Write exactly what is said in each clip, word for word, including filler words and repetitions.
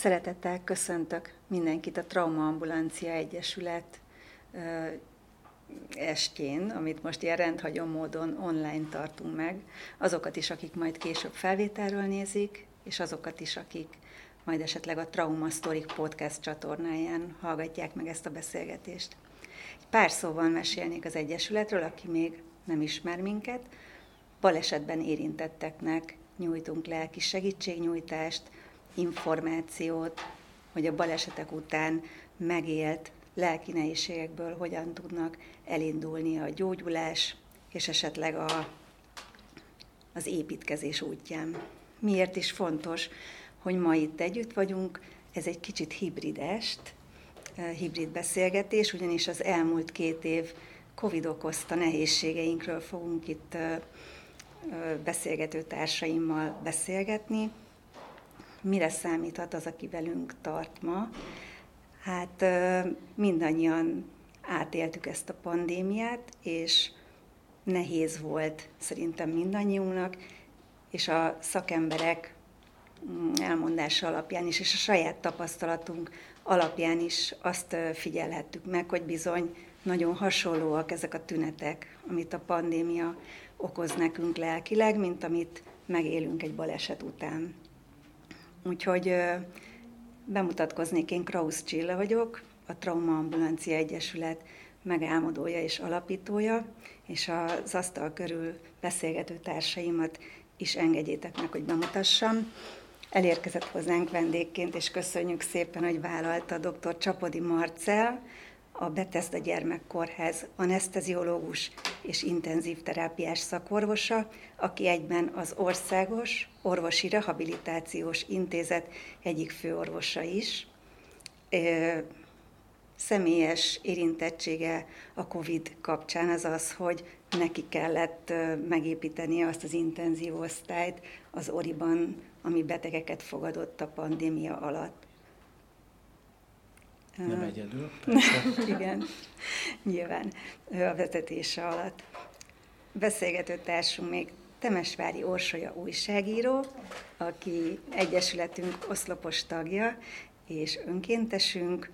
Szeretettel köszöntök mindenkit a Trauma Ambulancia Egyesület estjén, amit most ilyen rendhagyó módon online tartunk meg. Azokat is, akik majd később felvételről nézik, és azokat is, akik majd esetleg a Trauma Story podcast csatornáján hallgatják meg ezt a beszélgetést. Egy pár szóval mesélnék az Egyesületről, aki még nem ismer minket. Balesetben érintetteknek nyújtunk lelki segítségnyújtást, információt, hogy a balesetek után megélt lelki nehézségekből hogyan tudnak elindulni a gyógyulás, és esetleg a, az építkezés útján. Miért is fontos, hogy ma itt együtt vagyunk? Ez egy kicsit hibridest, hibrid beszélgetés, ugyanis az elmúlt két év Covid okozta nehézségeinkről fogunk itt beszélgető társaimmal beszélgetni. Mire számíthat az, aki velünk tart ma? Hát mindannyian átéltük ezt a pandémiát, és nehéz volt szerintem mindannyiunknak, és a szakemberek elmondása alapján is, és a saját tapasztalatunk alapján is azt figyelhettük meg, hogy bizony nagyon hasonlóak ezek a tünetek, amit a pandémia okoz nekünk lelkileg, mint amit megélünk egy baleset után. Úgyhogy bemutatkoznék, én Krausz Csilla vagyok, a Trauma Ambulancia Egyesület megálmodója és alapítója, és az asztal körül beszélgető társaimat is engedjétek meg, hogy bemutassam. Elérkezett hozzánk vendégként, és köszönjük szépen, hogy vállalta dr. Csapody Marcell, a Bethesda Gyermekkórház aneszteziológus és intenzív terápiás szakorvosa, aki egyben az Országos Orvosi Rehabilitációs Intézet egyik főorvosa is. Személyes érintettsége a Covid kapcsán az az, hogy neki kellett megépítenie azt az intenzív osztályt az Oriban, ami betegeket fogadott a pandémia alatt. Nem egyedül, Igen, nyilván a vezetése alatt. Beszélgető társunk még Temesvári Orsolya újságíró, aki egyesületünk oszlopos tagja és önkéntesünk.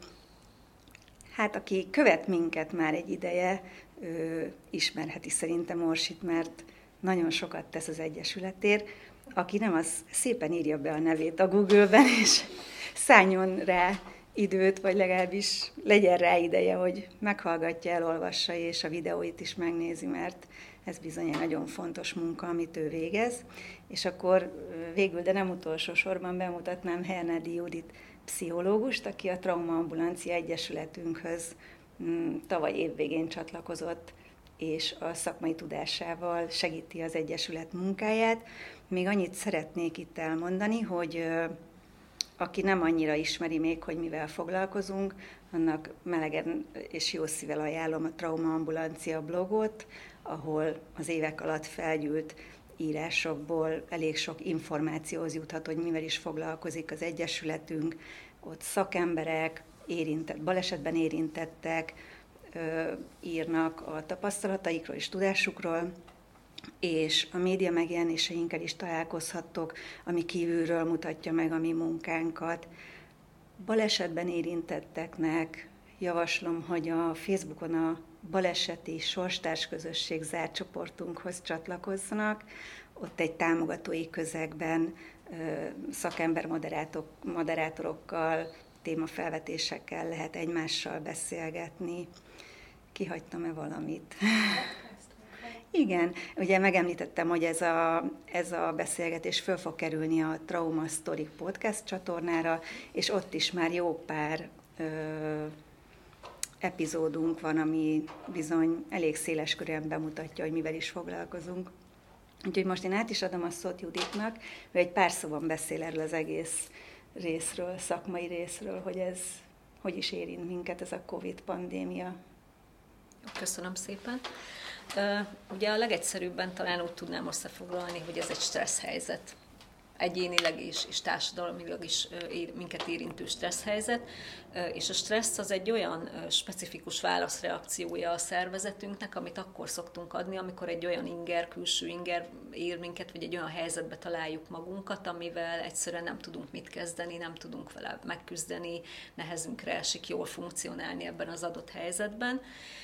Hát aki követ minket már egy ideje, ő ismerheti szerintem Orsit, mert nagyon sokat tesz az egyesületért. Aki nem, az szépen írja be a nevét a Google-ben, és szálljon rá időt, vagy legalábbis legyen rá ideje, hogy meghallgatja, elolvassa, és a videóit is megnézi, mert ez bizony egy nagyon fontos munka, amit ő végez. És akkor végül, de nem utolsó sorban bemutatnám Hernádi Judit pszichológust, aki a Trauma Ambulancia Egyesületünkhöz tavaly évvégén csatlakozott, és a szakmai tudásával segíti az Egyesület munkáját. Még annyit szeretnék itt elmondani, hogy aki nem annyira ismeri még, hogy mivel foglalkozunk, annak melegen és jó szívvel ajánlom a Trauma Ambulancia blogot, ahol az évek alatt felgyűlt írásokból elég sok információhoz juthat, hogy mivel is foglalkozik az Egyesületünk. Ott szakemberek, érintett, balesetben érintettek ö, írnak a tapasztalataikról és tudásukról, és a média megjelenéseinkkel is találkozhattok, ami kívülről mutatja meg a mi munkánkat. Balesetben érintetteknek javaslom, hogy a Facebookon a baleseti sorstárs közösség zárt csoportunkhoz csatlakozzanak. Ott egy támogatói közegben szakember moderátorokkal, témafelvetésekkel lehet egymással beszélgetni. Kihagytam-e valamit? Igen, ugye megemlítettem, hogy ez a, ez a beszélgetés föl fog kerülni a Trauma Story podcast csatornára, és ott is már jó pár ö, epizódunk van, ami bizony elég széles körűen bemutatja, hogy mivel is foglalkozunk. Úgyhogy most én át is adom a szót Juditnak, ő egy pár szóban beszél erről az egész részről, szakmai részről, hogy ez hogy is érint minket, ez a Covid pandémia. Köszönöm szépen. Uh, ugye a legegyszerűbben talán úgy tudnám összefoglalni, hogy ez egy stressz helyzet. egyénileg és, és társadalmilag is ér, minket érintő stressz helyzet, és a stressz az egy olyan specifikus válaszreakciója a szervezetünknek, amit akkor szoktunk adni, amikor egy olyan inger, külső inger ér minket, vagy egy olyan helyzetbe találjuk magunkat, amivel egyszerűen nem tudunk mit kezdeni, nem tudunk vele megküzdeni, nehezünkre esik jól funkcionálni ebben az adott helyzetben,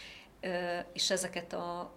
és ezeket a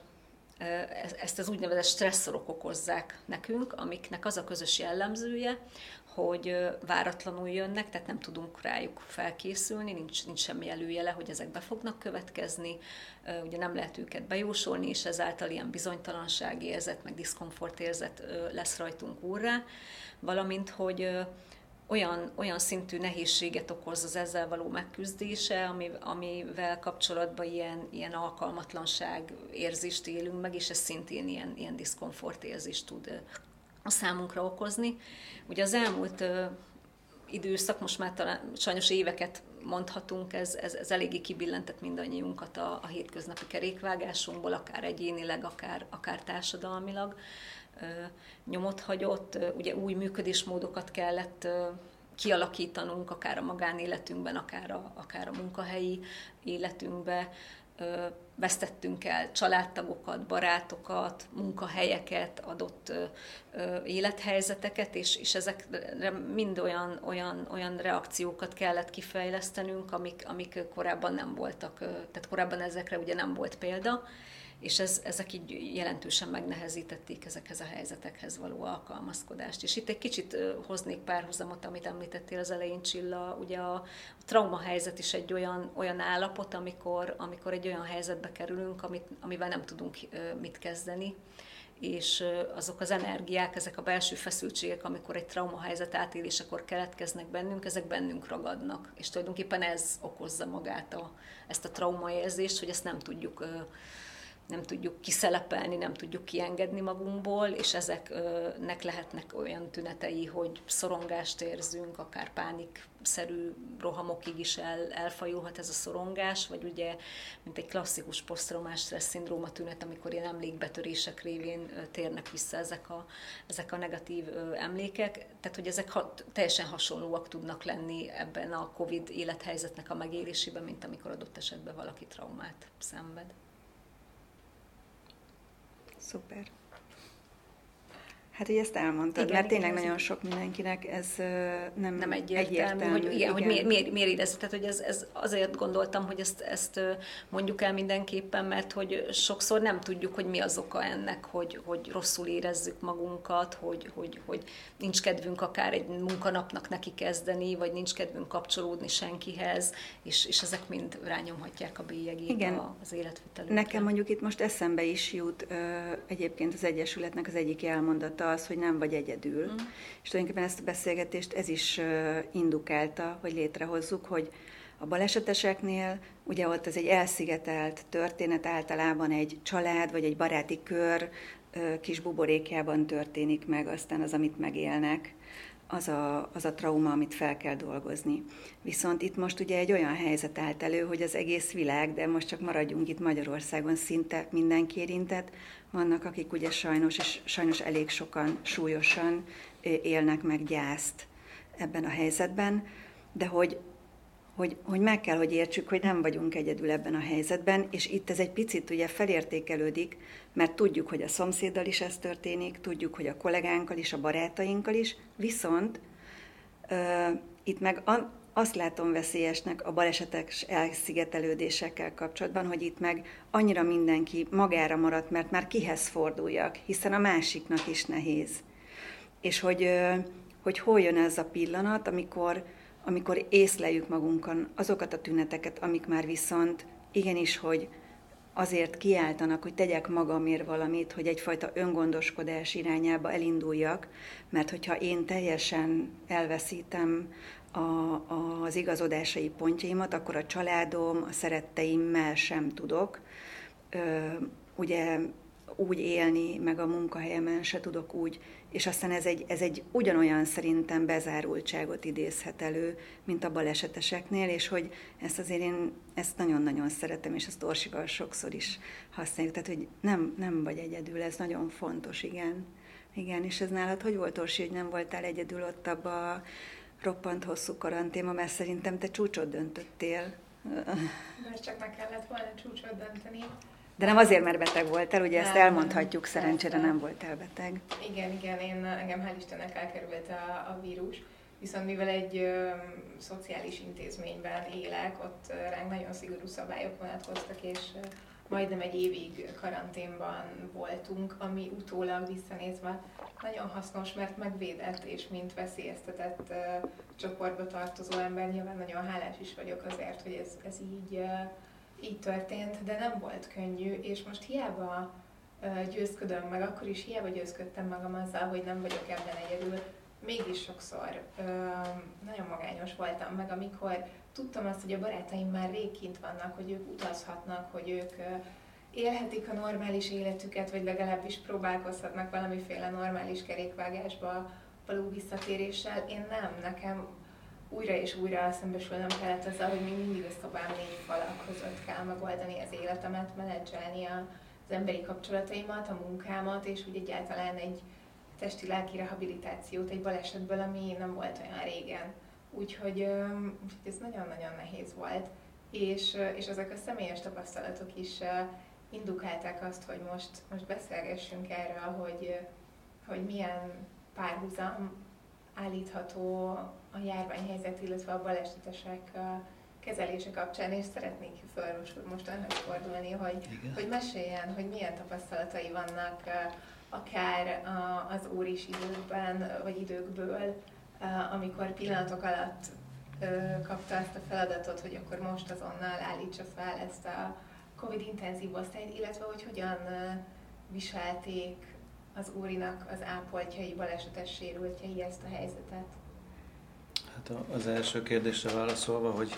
ezt az úgynevezett stresszorok okozzák nekünk, amiknek az a közös jellemzője, hogy váratlanul jönnek, tehát nem tudunk rájuk felkészülni, nincs, nincs semmi előjele, hogy ezek be fognak következni, ugye nem lehet őket bejósolni, és ezáltal ilyen bizonytalanságérzet, meg diszkomfortérzet lesz rajtunk úrrá, valamint, hogy Olyan, olyan szintű nehézséget okoz az ezzel való megküzdése, ami, amivel kapcsolatban ilyen, ilyen alkalmatlanság érzést élünk meg, és ez szintén ilyen, ilyen diszkomfort érzést tud a számunkra okozni. Ugye az elmúlt ö, időszak, most már talán sajnos éveket mondhatunk, ez, ez, ez eléggé kibillentett mindannyiunkat a, a hétköznapi kerékvágásunkból, akár egyénileg, akár, akár társadalmilag. Nyomot hagyott, ugye új működésmódokat kellett kialakítanunk, akár a magánéletünkben, akár a, akár a munkahelyi életünkben. Vesztettünk el családtagokat, barátokat, munkahelyeket, adott élethelyzeteket, és, és ezekre mind olyan, olyan, olyan reakciókat kellett kifejlesztenünk, amik, amik korábban nem voltak, tehát korábban ezekre ugye nem volt példa, és ez, ezek így jelentősen megnehezítették ezekhez a helyzetekhez való alkalmazkodást. És itt egy kicsit hoznék párhuzamot, amit említettél az elején, Csilla, ugye a, a traumahelyzet is egy olyan, olyan állapot, amikor, amikor egy olyan helyzetbe kerülünk, amit, amivel nem tudunk mit kezdeni, és azok az energiák, ezek a belső feszültségek, amikor egy traumahelyzet átélésekor keletkeznek bennünk, ezek bennünk ragadnak. És tulajdonképpen ez okozza magát a, ezt a traumaérzést, hogy ezt nem tudjuk nem tudjuk kiszelepelni, nem tudjuk kiengedni magunkból, és ezeknek lehetnek olyan tünetei, hogy szorongást érzünk, akár pánikszerű rohamokig is el, elfajulhat ez a szorongás, vagy ugye, mint egy klasszikus posztraumás stressz szindróma tünet, amikor ilyen emlékbetörések révén térnek vissza ezek a, ezek a negatív emlékek. Tehát, hogy ezek ha, teljesen hasonlóak tudnak lenni ebben a Covid élethelyzetnek a megélésében, mint amikor adott esetben valaki traumát szenved. Szuper. Hát, hogy ezt elmondtad, igen, mert tényleg igen, nagyon sok mindenkinek ez nem, nem egyértelmű, egyértelmű hogy, igen, igen. hogy miért, miért, miért érez. Tehát, hogy ez, ez azért gondoltam, hogy ezt, ezt mondjuk el mindenképpen, mert hogy sokszor nem tudjuk, hogy mi az oka ennek, hogy, hogy rosszul érezzük magunkat, hogy, hogy, hogy nincs kedvünk akár egy munkanapnak neki kezdeni, vagy nincs kedvünk kapcsolódni senkihez, és, és ezek mind rányomhatják a bélyegét igen. az életvitelünkre. Nekem mondjuk itt most eszembe is jut egyébként az Egyesületnek az egyik elmondata, az, hogy nem vagy egyedül. Mm. És tulajdonképpen ezt a beszélgetést ez is uh, indukálta, hogy létrehozzuk, hogy a baleseteseknél ugye ott ez egy elszigetelt történet, általában egy család vagy egy baráti kör uh, kis buborékjában történik meg, aztán az, amit megélnek, az a, az a trauma, amit fel kell dolgozni. Viszont itt most ugye egy olyan helyzet állt elő, hogy az egész világ, de most csak maradjunk itt Magyarországon, szinte mindenki érintett, vannak, akik ugye sajnos, és sajnos elég sokan súlyosan élnek meg gyászt ebben a helyzetben, de hogy, hogy, hogy meg kell, hogy értsük, hogy nem vagyunk egyedül ebben a helyzetben, és itt ez egy picit ugye felértékelődik, mert tudjuk, hogy a szomszéddal is ez történik, tudjuk, hogy a kollégánkkal is, a barátainkkal is, viszont uh, itt meg a, azt látom veszélyesnek a balesetek elszigetelődésekkel kapcsolatban, hogy itt meg annyira mindenki magára maradt, mert már kihez forduljak, hiszen a másiknak is nehéz. És hogy, hogy hol jön ez a pillanat, amikor, amikor észleljük magunkon azokat a tüneteket, amik már viszont igenis, hogy azért kiáltanak, hogy tegyek magamért valamit, hogy egyfajta öngondoskodás irányába elinduljak, mert hogyha én teljesen elveszítem A, a, az igazodásai pontjaimat, akkor a családom, a szeretteimmel sem tudok ö, ugye úgy élni, meg a munkahelyemen se tudok úgy, és aztán ez egy, ez egy ugyanolyan szerintem bezárultságot idézhet elő, mint a baleseteseknél, és hogy ezt azért én ezt nagyon-nagyon szeretem, és ezt Orsival sokszor is használjuk, tehát hogy nem, nem vagy egyedül, ez nagyon fontos, igen, Igen, és ez nálad hogy volt, Orsi, hogy nem voltál egyedül ott abba a roppant hosszú karanténban, mert szerintem te csúcsot döntöttél. Mert csak meg kellett volna csúcsot dönteni. De nem azért, mert beteg voltál, ugye nem, ezt elmondhatjuk, nem, szerencsére nem voltál beteg. Igen, igen, én, engem hál' Istennek elkerült a, a vírus, viszont mivel egy ö, szociális intézményben élek, ott ö, ránk nagyon szigorú szabályok vonatkoztak, és ö, majdnem egy évig karanténban voltunk, ami utólag visszanézve nagyon hasznos, mert megvédett és mint veszélyeztetett uh, csoportba tartozó ember nyilván nagyon hálás is vagyok azért, hogy ez, ez így, uh, így történt, de nem volt könnyű, és most hiába uh, győzködöm meg, akkor is hiába győzködtem magam azzal, hogy nem vagyok ebben egyedül, mégis sokszor uh, nagyon magányos voltam meg, amikor tudtam azt, hogy a barátaim már rég kint vannak, hogy ők utazhatnak, hogy ők uh, élhetik a normális életüket, vagy legalábbis próbálkozhatnak valamiféle normális kerékvágásba való visszatéréssel. Én nem, nekem újra és újra szembesülnem kellett azzal, hogy még mindig a szobám négy falak között kell megoldani az életemet, menedzselni az emberi kapcsolataimat, a munkámat, és úgy egyáltalán egy testi-lelki rehabilitációt egy balesetből, ami nem volt olyan régen. Úgyhogy, úgyhogy ez nagyon-nagyon nehéz volt, és, és ezek a személyes tapasztalatok is indukálták azt, hogy most, most beszélgessünk erről, hogy, hogy milyen párhuzam állítható a járványhelyzet, illetve a balesetesek kezelése kapcsán, és szeretnék Fölös úr most önhöz fordulni, hogy, hogy meséljen, hogy milyen tapasztalatai vannak akár az óris időkben, vagy időkből, amikor pillanatok alatt kapta ezt a feladatot, hogy akkor most azonnal állítsa fel ezt a Covid intenzív osztályt, illetve hogy hogyan viselték az Órinak az ápoltjai, balesetes sérültjei ezt a helyzetet. Hát az első kérdésre válaszolva, hogy,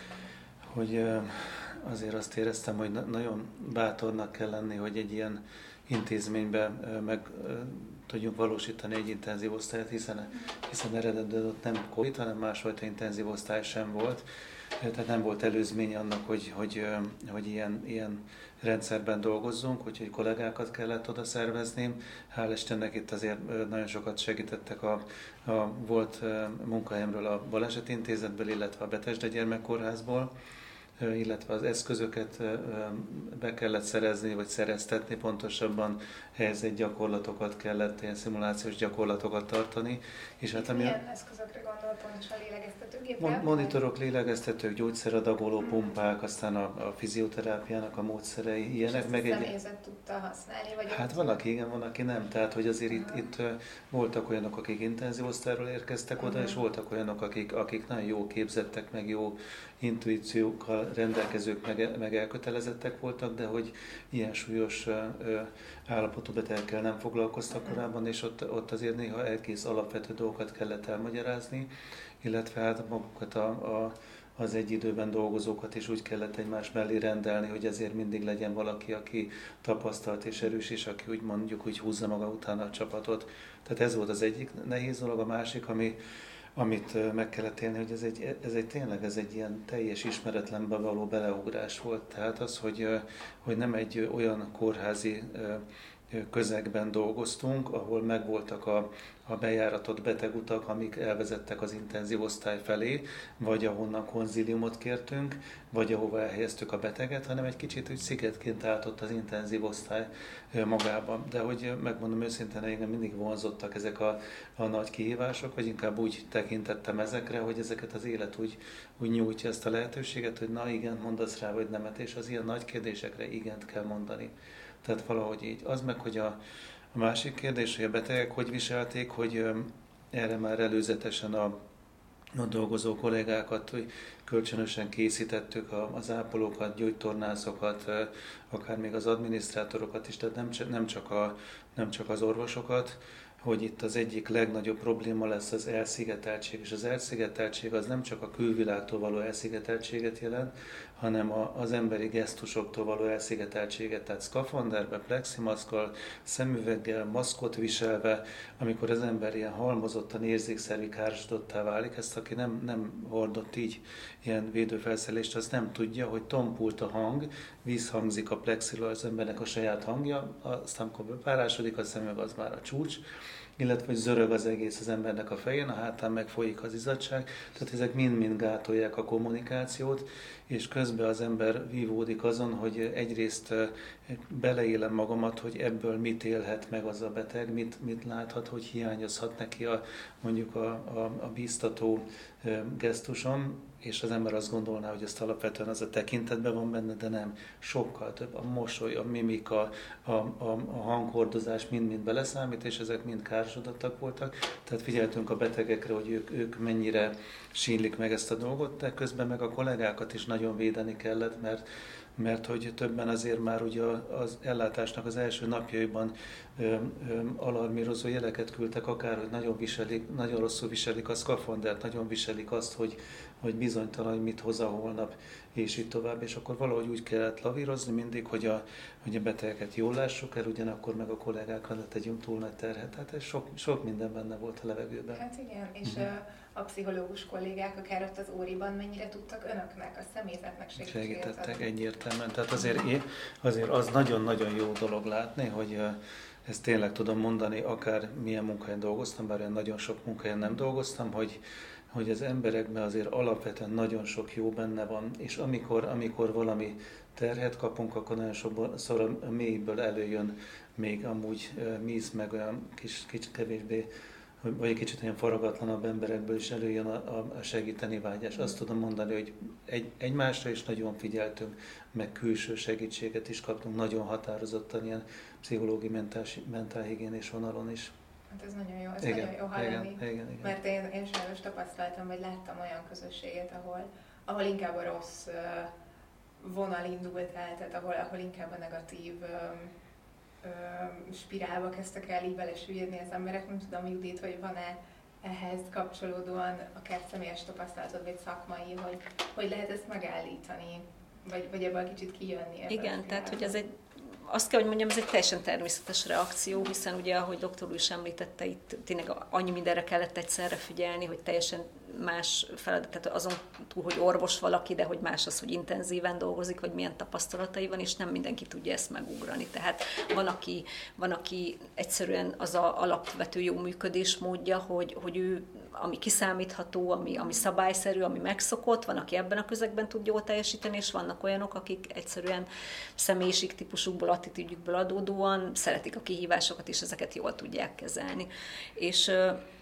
hogy azért azt éreztem, hogy nagyon bátornak kell lenni, hogy egy ilyen intézményben meg tudjunk valósítani egy intenzív osztályt, hiszen, hiszen eredetben ott nem Covid, hanem másfajta intenzív osztály sem volt. Tehát nem volt előzmény annak, hogy, hogy, hogy ilyen, ilyen rendszerben dolgozzunk, úgyhogy kollégákat kellett oda szervezni. Hál' Istennek itt azért nagyon sokat segítettek a, a volt munkahelyemről a Balesetintézetből, illetve a Betesda Gyermekkórházból, illetve az eszközöket be kellett szerezni, vagy szereztetni, pontosabban helyzet gyakorlatokat kellett, ilyen szimulációs gyakorlatokat tartani. És hát ami milyen a... eszközökre gondol pontosan, lélegeztetőgépre? Monitorok, lélegeztetők, gyógyszeradagoló pumpák, aztán a, a fizioterápiának a módszerei, ilyenek. És meg egy... személyzet tudta használni? Vagy hát van, aki igen, van, aki nem. Tehát, hogy azért itt, itt voltak olyanok, akik intenzív osztályról érkeztek oda, uh-huh. és voltak olyanok, akik, akik nagyon jó képzettek, meg jó intuíciókkal rendelkezők, meg, meg elkötelezettek voltak, de hogy ilyen súlyos ö, állapotú betegekkel nem foglalkoztak korábban, és ott, ott azért néha egész alapvető dolgokat kellett elmagyarázni, illetve hát magukat a, a, az egy időben dolgozókat is úgy kellett egymás mellé rendelni, hogy ezért mindig legyen valaki, aki tapasztalt és erős, és aki úgy mondjuk úgy húzza maga után a csapatot. Tehát ez volt az egyik nehéz dolog, a másik, ami amit meg kellett élni, hogy ez egy, ez egy tényleg ez egy ilyen teljes ismeretlenbe való beleugrás volt. Tehát az, hogy, hogy nem egy olyan kórházi közegben dolgoztunk, ahol megvoltak a, a bejáratott betegutak, amik elvezettek az intenzív osztály felé, vagy ahonnan konzíliumot kértünk, vagy ahova elhelyeztük a beteget, hanem egy kicsit úgy szigetként állt ott az intenzív osztály magában. De hogy megmondom őszintén, engem mindig vonzottak ezek a, a nagy kihívások, vagy inkább úgy tekintettem ezekre, hogy ezeket az élet úgy, úgy nyújtja ezt a lehetőséget, hogy na igen, mondasz rá, vagy nemet, és az ilyen nagy kérdésekre igent kell mondani. Tehát valahogy így. Az meg, hogy a, a másik kérdés, hogy a betegek hogy viselték, hogy ö, erre már előzetesen a, a dolgozó kollégákat, hogy kölcsönösen készítettük a, az ápolókat, gyógytornászokat, ö, akár még az adminisztrátorokat is, tehát nem, nem, csak a, nem csak az orvosokat, hogy itt az egyik legnagyobb probléma lesz az elszigeteltség, és az elszigeteltség az nem csak a külvilágtól való elszigeteltséget jelent, hanem a, az emberi gesztusoktól való elszigeteltséget, tehát szkafanderbe, pleximaszkkal, szemüveggel, maszkot viselve, amikor az ember ilyen halmozottan érzékszervi károsodottá válik, ezt aki nem, nem hordott így ilyen védőfelszerelést, az nem tudja, hogy tompult a hang, visszhangzik a plexiről az embernek a saját hangja, aztán amikor bepárásodik a szemüveg, az már a csúcs, illetve hogy zörög az egész az embernek a fején, a hátán megfolyik az izzadság, tehát ezek mind-mind gátolják a kommunikációt, és közben az ember vívódik azon, hogy egyrészt beleélem magamat, hogy ebből mit élhet meg az a beteg, mit, mit láthat, hogy hiányozhat neki a, mondjuk a, a, a bíztató gesztusom, és az ember azt gondolná, hogy ezt alapvetően az a tekintetben van benne, de nem. Sokkal több. A mosoly, a mimika, a, a, a hanghordozás mind-mind beleszámít, és ezek mind károsodottak voltak. Tehát figyeltünk a betegekre, hogy ők, ők mennyire sínlik meg ezt a dolgot, de közben meg a kollégákat is nagyon védeni kellett, mert mert hogy többen azért már ugye az ellátásnak az első napjaiban ö, ö, alarmírozó jeleket küldtek, akár, hogy nagyon viselik, nagyon rosszul viselik a szkafandert, nagyon viselik azt, hogy, hogy bizonytalan, hogy mit hoz a holnap, és így tovább. És akkor valahogy úgy kellett lavírozni mindig, hogy a, hogy a betegeket jól lássuk el, ugyanakkor meg a kollégákra ne tegyünk túl nagy terhet. Tehát ez sok, sok minden benne volt a levegőben. Hát igen, és uh-huh. a pszichológus kollégák akár ott az óriban mennyire tudtak önöknek, a személyzetnek segítséget segítettek egyértelműen. Tehát azért, azért az nagyon-nagyon jó dolog látni, hogy ezt tényleg tudom mondani, akár milyen munkahelyen dolgoztam, bár olyan nagyon sok munkahelyen nem dolgoztam, hogy, hogy az emberekben azért alapvetően nagyon sok jó benne van, és amikor, amikor valami terhet kapunk, akkor nagyon sokszor a mélyből előjön még amúgy míz, meg olyan kis, kis kevésbé, vagy egy kicsit olyan faragatlanabb emberekből is előjön a, a segíteni vágyás. Azt tudom mondani, hogy egy, egymásra is nagyon figyeltünk, meg külső segítséget is kaptunk, nagyon határozottan ilyen pszichológiai mentálhigiénés vonalon is. Hát ez nagyon jó, ez igen, nagyon jó hallani, igen, igen, igen. mert én, én sajnos tapasztaltam, vagy láttam olyan közösséget, ahol, ahol inkább a rossz uh, vonal indult el, tehát ahol, ahol inkább a negatív um, spirálba kezdtek el így belesüllyedni az emberek. Nem tudom, Judit, hogy van-e ehhez kapcsolódóan akár személyes tapasztalatod, vagy szakmai, hogy hogy lehet ezt megállítani, vagy, vagy ebből kicsit kijönni? Igen, tehát hogy ez egy, azt kell, hogy mondjam, ez egy teljesen természetes reakció, hiszen ugye, ahogy doktor úr is említette, itt tényleg annyi mindenre kellett egyszerre figyelni, hogy teljesen más feladat, tehát azon túl, hogy orvos valaki, de hogy más az, hogy intenzíven dolgozik, vagy milyen tapasztalatai van, és nem mindenki tudja ezt megugrani. Tehát van, aki, van, aki egyszerűen az a alapvető jó működésmódja, hogy, hogy ő, ami kiszámítható, ami, ami szabályszerű, ami megszokott, van, aki ebben a közegben tud jól teljesíteni, és vannak olyanok, akik egyszerűen személyiségtípusukból, attitűdjükből adódóan szeretik a kihívásokat, és ezeket jól tudják kezelni. És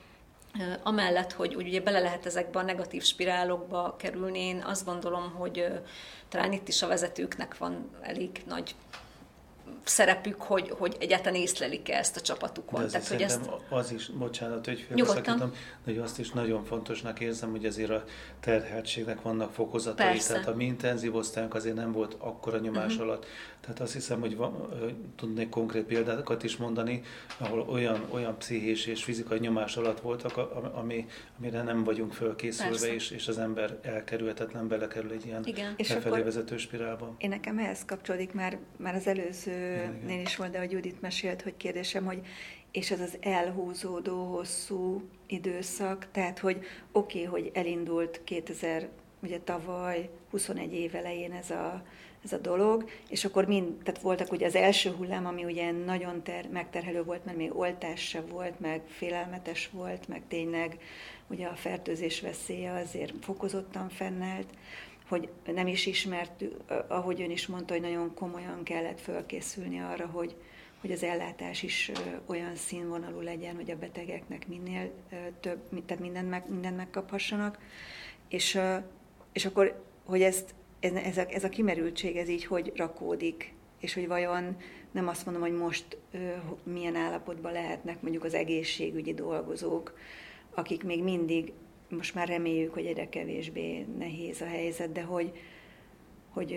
amellett, hogy, hogy ugye bele lehet ezekbe a negatív spirálokba kerülni, én azt gondolom, hogy talán itt is a vezetőknek van elég nagy szerepük, hogy, hogy egyáltalán észlelik-e ezt a csapatukon. De Tehát, hogy ezt... az is, bocsánat, hogy félbeszakítom, de azt is nagyon fontosnak érzem, hogy azért a terheltségnek vannak fokozatai. Persze. Tehát a mi intenzív osztályunk azért nem volt akkora nyomás uh-huh. alatt. Tehát azt hiszem, hogy van, tudnék konkrét példákat is mondani, ahol olyan, olyan pszichés és fizikai nyomás alatt voltak, ami, amire nem vagyunk fölkészülve, és, és az ember elkerülhetetlen belekerül egy ilyen lefelé vezető spirálba. Én nekem ehhez kapcsolódik már, már az előzőnél is volt, de ahogy Judit mesélt, hogy kérdésem, hogy és ez az elhúzódó hosszú időszak, tehát hogy oké, okay, hogy elindult kétezer, ugye tavaly, huszonegy év elején ez a, ez a dolog, és akkor mind, tehát voltak ugye az első hullám, ami ugye nagyon ter, megterhelő volt, mert még oltás se volt, meg félelmetes volt, meg tényleg ugye a fertőzés veszélye azért fokozottan fennállt, hogy nem is ismertük, ahogy ön is mondta, hogy nagyon komolyan kellett fölkészülni arra, hogy, hogy az ellátás is olyan színvonalú legyen, hogy a betegeknek minél több, tehát mindent, meg, mindent megkaphassanak. És, és akkor, hogy ezt, ez, a, ez a kimerültség, ez így hogy rakódik, és hogy vajon nem azt mondom, hogy most milyen állapotban lehetnek mondjuk az egészségügyi dolgozók, akik még mindig, most már reméljük, hogy egyre kevésbé nehéz a helyzet, de hogy, hogy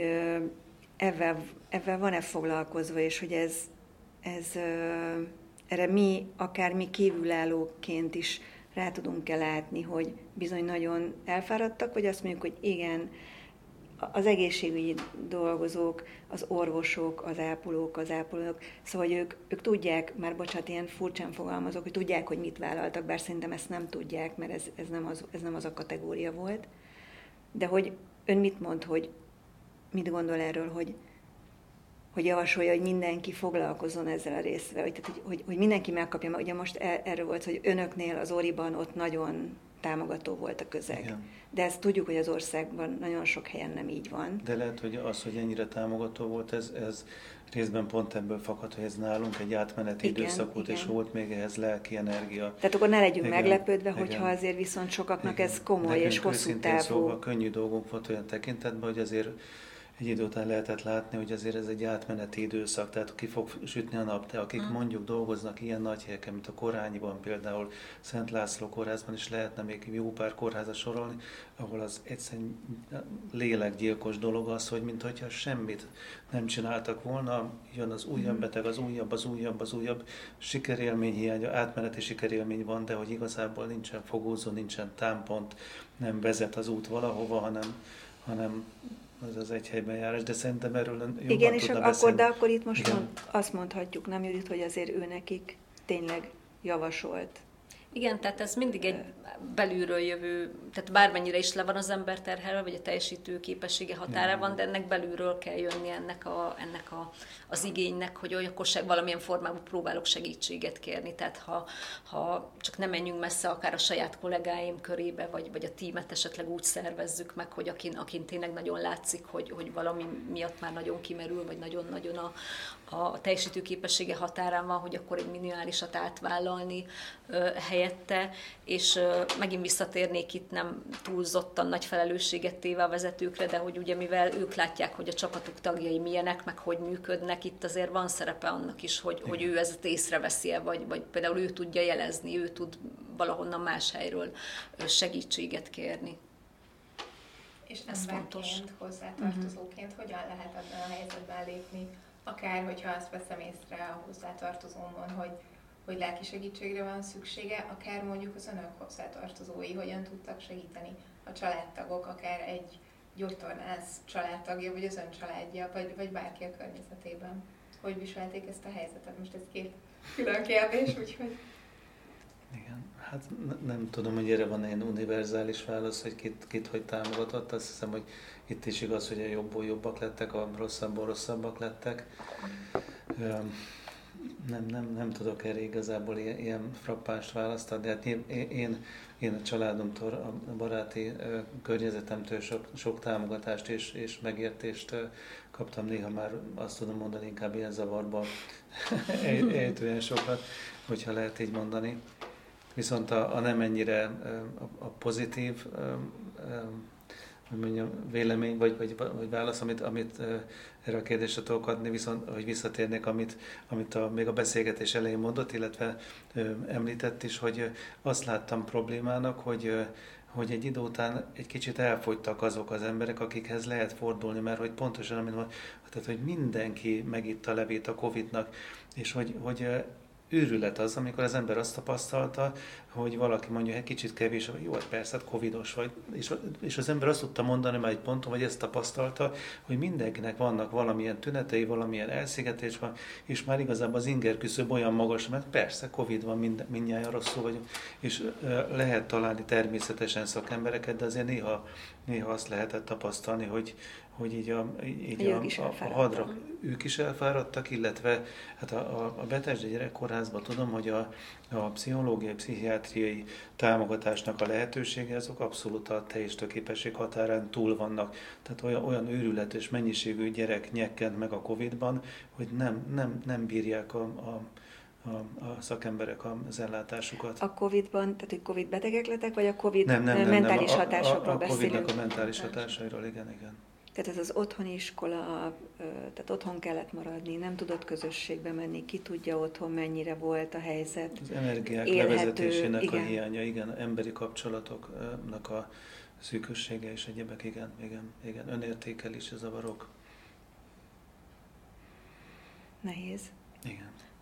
ezzel, ezzel van-e foglalkozva, és hogy ez, ez erre mi, akár mi kívülállóként is rá tudunk-e látni, hogy bizony nagyon elfáradtak, vagy azt mondjuk, hogy igen, az egészségügyi dolgozók, az orvosok, az ápolók, az ápolók, szóval hogy ők, ők tudják, már bocsánat, ilyen furcsán fogalmazok, hogy tudják, hogy mit vállaltak, bár szerintem ezt nem tudják, mert ez, ez, nem, az, ez nem az a kategória volt. De hogy ön mit mond, hogy mit gondol erről, hogy, hogy javasolja, hogy mindenki foglalkozzon ezzel a részvel, hogy, hogy, hogy, hogy mindenki megkapja, mert ugye most erről volt, hogy önöknél az Oriban ott nagyon támogató volt a közeg. Igen. De ezt tudjuk, hogy az országban nagyon sok helyen nem így van. De lehet, hogy az, hogy ennyire támogató volt, ez, ez részben pont ebből fakad, hogy ez nálunk egy átmeneti igen, időszak volt, és volt még ehhez lelki energia. Tehát akkor ne legyünk igen, meglepődve, igen, hogyha azért viszont sokaknak igen. ez komoly Nekünk és hosszú távú. Szóval könnyű dolgunk volt olyan tekintetben, hogy azért egy idő után lehetett látni, hogy azért ez egy átmeneti időszak, tehát ki fog sütni a nap, de akik mm. mondjuk dolgoznak ilyen nagy helyeken, mint a Korányiban, például Szent László kórházban is lehetne még jó pár kórházat sorolni, ahol az egyszerűen lélekgyilkos dolog az, hogy mintha semmit nem csináltak volna, jön az újabb beteg, az újabb, az újabb, az újabb, sikerélmény hiánya, átmeneti sikerélmény van, de hogy igazából nincsen fogózó, nincsen támpont, nem vezet az út valahova, hanem, hanem az az egy helyben járás, de szerintem erről jobban igen, és tudna akkor, beszélni. de akkor itt most igen. mond, azt mondhatjuk, nem Judit, hogy azért ő nekik tényleg javasolt. Igen, tehát ez mindig egy belülről jövő, tehát bármennyire is le van az ember terhelve, vagy a teljesítő képessége határában, de ennek belülről kell jönni ennek, a, ennek a, az igénynek, hogy olyankor valamilyen formában próbálok segítséget kérni. Tehát ha, ha csak nem menjünk messze, akár a saját kollégáim körébe, vagy, vagy a tímet esetleg úgy szervezzük meg, hogy akin, akin tényleg nagyon látszik, hogy, hogy valami miatt már nagyon kimerül, vagy nagyon-nagyon a, a teljesítő képessége határán van, hogy akkor egy minimálisat átvállalni ö, helyette, és ö, megint visszatérnék itt nem túlzottan nagy felelősséget téve a vezetőkre, de hogy ugye mivel ők látják, hogy a csapatuk tagjai milyenek, meg hogy működnek, itt azért van szerepe annak is, hogy, hogy ő ezt észreveszi-e, vagy, vagy például ő tudja jelezni, ő tud valahonnan más helyről segítséget kérni. És emberként, hozzátartozóként uh-huh. hogyan lehet ebben a helyzetben lépni? Akár, hogyha azt veszem észre a hozzátartozómon, hogy, hogy lelki segítségre van szüksége, akár mondjuk az önök hozzátartozói hogyan tudtak segíteni, a családtagok, akár egy gyógytornász családtagja, vagy az ön családja, vagy, vagy bárki a környezetében. Hogy viselték ezt a helyzetet? Most ez két külön kérdés, úgyhogy... Igen, hát nem tudom, hogy erre van ilyen univerzális válasz, hogy kit, kit hogy támogatott. Azt hiszem, hogy itt is igaz, hogy a jobbból jobbak lettek, a rosszabbból rosszabbak lettek. Nem, nem, nem tudok erre igazából ilyen, ilyen frappást választani, de hát én, én, én a családomtól, a baráti környezetemtől sok, sok támogatást és, és megértést kaptam, néha már azt tudom mondani, inkább ilyen zavarba ejtően sokat, hogyha lehet így mondani. Viszont a, a nem ennyire a, a pozitív hogy mondjam, vélemény vagy, vagy, vagy válasz, amit, amit erre a kérdésre tudok adni, viszont hogy visszatérnék, amit, amit a, még a beszélgetés elején mondott, illetve ö, említett is, hogy azt láttam problémának, hogy, ö, hogy egy idő után egy kicsit elfogytak azok az emberek, akikhez lehet fordulni, mert hogy pontosan, amit mondom, tehát, hogy mindenki megitta a levét a Covidnak, és hogy, hogy őrület az, amikor az ember azt tapasztalta, hogy valaki mondja, egy kicsit kevés, vagy jó, persze, hát covidos vagy, és, és az ember azt tudta mondani már egy ponton, vagy ezt tapasztalta, hogy mindenkinek vannak valamilyen tünetei, valamilyen elszigetés van, és már igazából az inger küszöb olyan magas, mert persze, Covid van, mind, mindnyájan rosszul vagyunk, és lehet találni természetesen szakembereket, de azért néha, néha azt lehetett tapasztalni, hogy, hogy így a, így a, a, a hadra ők is elfáradtak, illetve hát a, a Betesda Gyerekkórházban tudom, hogy a, a pszichológiai, pszichiátriai támogatásnak a lehetősége, azok abszolút a teljes képesség határán túl vannak. Tehát olyan, olyan őrületes mennyiségű gyerek nyekkent meg a Covidban, hogy nem, nem, nem bírják a, a A, a szakemberek az ellátásukat. A Covidban, tehát hogy Covid betegek lettek, vagy a Covid nem, nem, nem, mentális nem. A, hatásokról a, a beszélünk? A Covidnak a mentális hatásairól, igen, igen. Tehát ez az otthoni iskola, tehát otthon kellett maradni, nem tudott közösségbe menni, ki tudja otthon mennyire volt a helyzet. Az energiák élhető, levezetésének igen. a hiánya, igen, emberi kapcsolatoknak a szűkössége és egyebek, igen, igen, igen, önértékelési zavarok. Nehéz. Igen.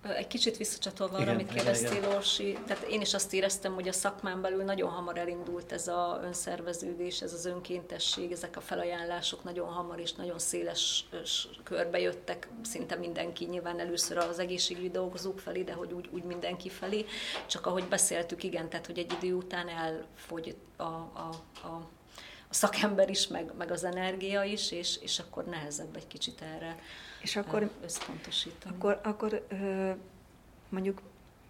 Egy kicsit visszacsatolva arra, Igen, amit igen, kérdeztél, igen. Orsi, tehát én is azt éreztem, hogy a szakmán belül nagyon hamar elindult ez az önszerveződés, ez az önkéntesség, ezek a felajánlások nagyon hamar és nagyon széles körbe jöttek, szinte mindenki, nyilván először az egészségügyi dolgozók felé, de hogy úgy, úgy mindenki felé, csak ahogy beszéltük, igen, tehát hogy egy idő után elfogy a, a, a a szakember is, meg, meg az energia is, és, és akkor nehezebb egy kicsit erre és akkor, összpontosítani. Akkor, akkor mondjuk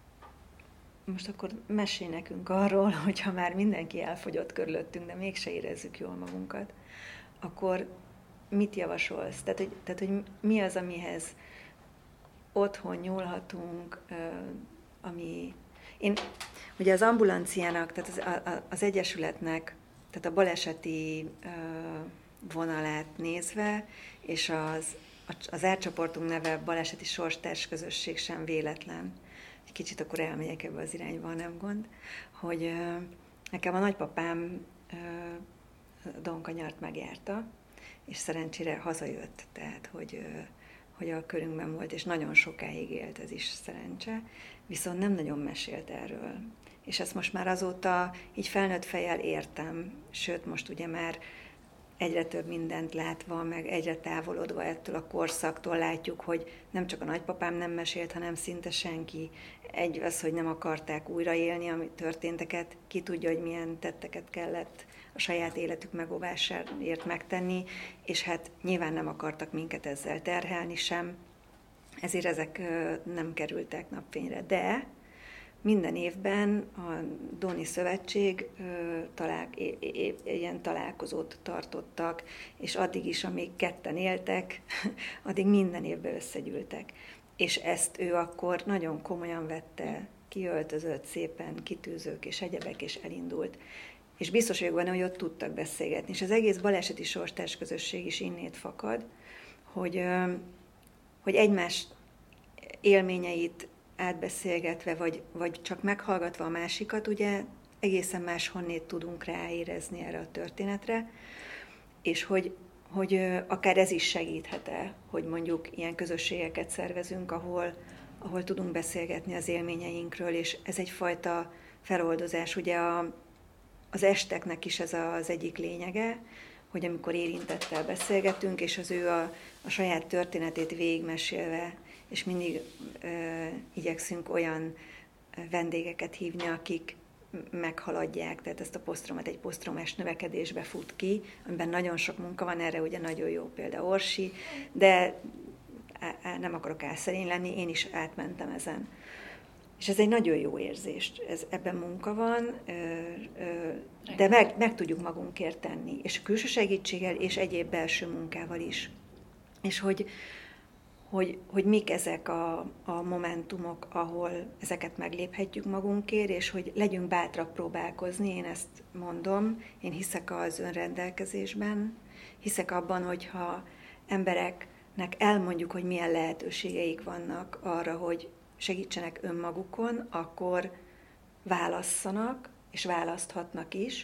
most akkor mesélj nekünk arról, hogyha már mindenki elfogyott körülöttünk, de mégse érezzük jól magunkat, akkor mit javasolsz? Tehát, hogy, tehát, hogy mi az, amihez otthon nyúlhatunk, ami... Én ugye az ambulanciának, tehát az, az Egyesületnek, tehát a baleseti vonalát nézve, és az, az átcsoportunk neve Baleseti Sorstárs Közösség sem véletlen. Egy kicsit akkor elmegyek ebbe az irányba, nem gond, hogy nekem a nagypapám Donkanyart megjárta, és szerencsére hazajött, tehát hogy, hogy a körünkben volt, és nagyon sokáig élt, ez is szerencse, viszont nem nagyon mesélt erről. És ezt most már azóta így felnőtt fejjel értem, sőt most ugye már egyre több mindent látva, meg egyre távolodva ettől a korszaktól látjuk, hogy nem csak a nagypapám nem mesélt, hanem szinte senki. Egy az, hogy nem akarták újraélni a történteket, ki tudja, hogy milyen tetteket kellett a saját életük megóvásáért megtenni, és hát nyilván nem akartak minket ezzel terhelni sem, ezért ezek nem kerültek napfényre. De minden évben a Dóni Szövetség talál, ilyen találkozót tartottak, és addig is, amíg ketten éltek, addig minden évben összegyűltek. És ezt ő akkor nagyon komolyan vette, kiöltözött szépen, kitűzők és egyebek, és elindult. És biztos vagyok benne, hogy ott tudtak beszélgetni. És az egész baleseti sorstárs közösség is innét fakad, hogy, hogy egymás élményeit átbeszélgetve, vagy, vagy csak meghallgatva a másikat, ugye egészen máshonnét tudunk ráérezni erre a történetre, és hogy, hogy akár ez is segíthet-e, hogy mondjuk ilyen közösségeket szervezünk, ahol, ahol tudunk beszélgetni az élményeinkről, és ez egyfajta feloldozás. Ugye a, az esteknek is ez az egyik lényege, hogy amikor érintettel beszélgetünk, és az ő a, a saját történetét végigmesélve, és mindig ö, igyekszünk olyan vendégeket hívni, akik meghaladják, tehát ezt a posztromat egy posztromás növekedésbe fut ki, amiben nagyon sok munka van, erre ugye nagyon jó példa Orsi, de á, á, nem akarok álszerény lenni, én is átmentem ezen. És ez egy nagyon jó érzés, ez, ebben munka van, ö, ö, de meg, meg tudjuk magunkért tenni, és külső segítséggel, és egyéb belső munkával is. És hogy Hogy, hogy mik ezek a, a momentumok, ahol ezeket megléphetjük magunkért, és hogy legyünk bátrak próbálkozni, én ezt mondom, én hiszek az önrendelkezésben, hiszek abban, hogyha embereknek elmondjuk, hogy milyen lehetőségeik vannak arra, hogy segítsenek önmagukon, akkor válasszanak, és választhatnak is,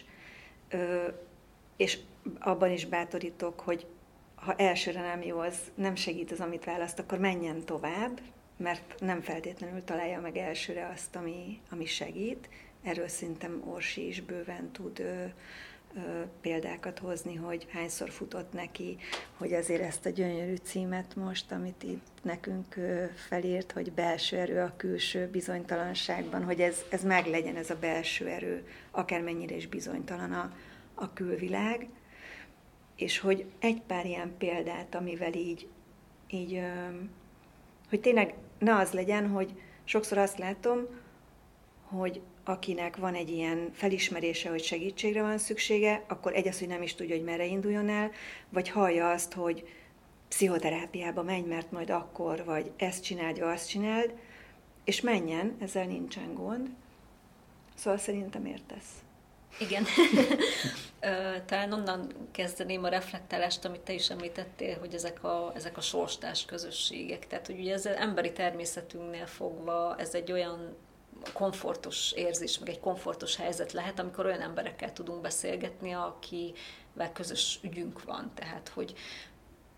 és abban is bátorítok, hogy ha elsőre nem jó, az nem segít az, amit választ, akkor menjen tovább, mert nem feltétlenül találja meg elsőre azt, ami, ami segít. Erről szerintem Orsi is bőven tud ö, ö, példákat hozni, hogy hányszor futott neki, hogy azért ezt a gyönyörű címet most, amit itt nekünk ö, felírt, hogy belső erő a külső bizonytalanságban, hogy ez, ez meglegyen, ez a belső erő, akármennyire is bizonytalan a, a külvilág. És hogy egy pár ilyen példát, amivel így, így, hogy tényleg ne az legyen, hogy sokszor azt látom, hogy akinek van egy ilyen felismerése, hogy segítségre van szüksége, akkor egy az, hogy nem is tudja, hogy merre induljon el, vagy hallja azt, hogy pszichoterápiába menj, mert majd akkor, vagy ezt csináld, vagy azt csináld, és menjen, ezzel nincsen gond. Szóval szerintem értesz. Igen. Talán onnan kezdeném a reflektálást, amit te is említettél, hogy ezek a, ezek a sorstárs közösségek. Tehát, hogy ugye ez az emberi természetünknél fogva ez egy olyan komfortos érzés, meg egy komfortos helyzet lehet, amikor olyan emberekkel tudunk beszélgetni, akivel közös ügyünk van. Tehát, hogy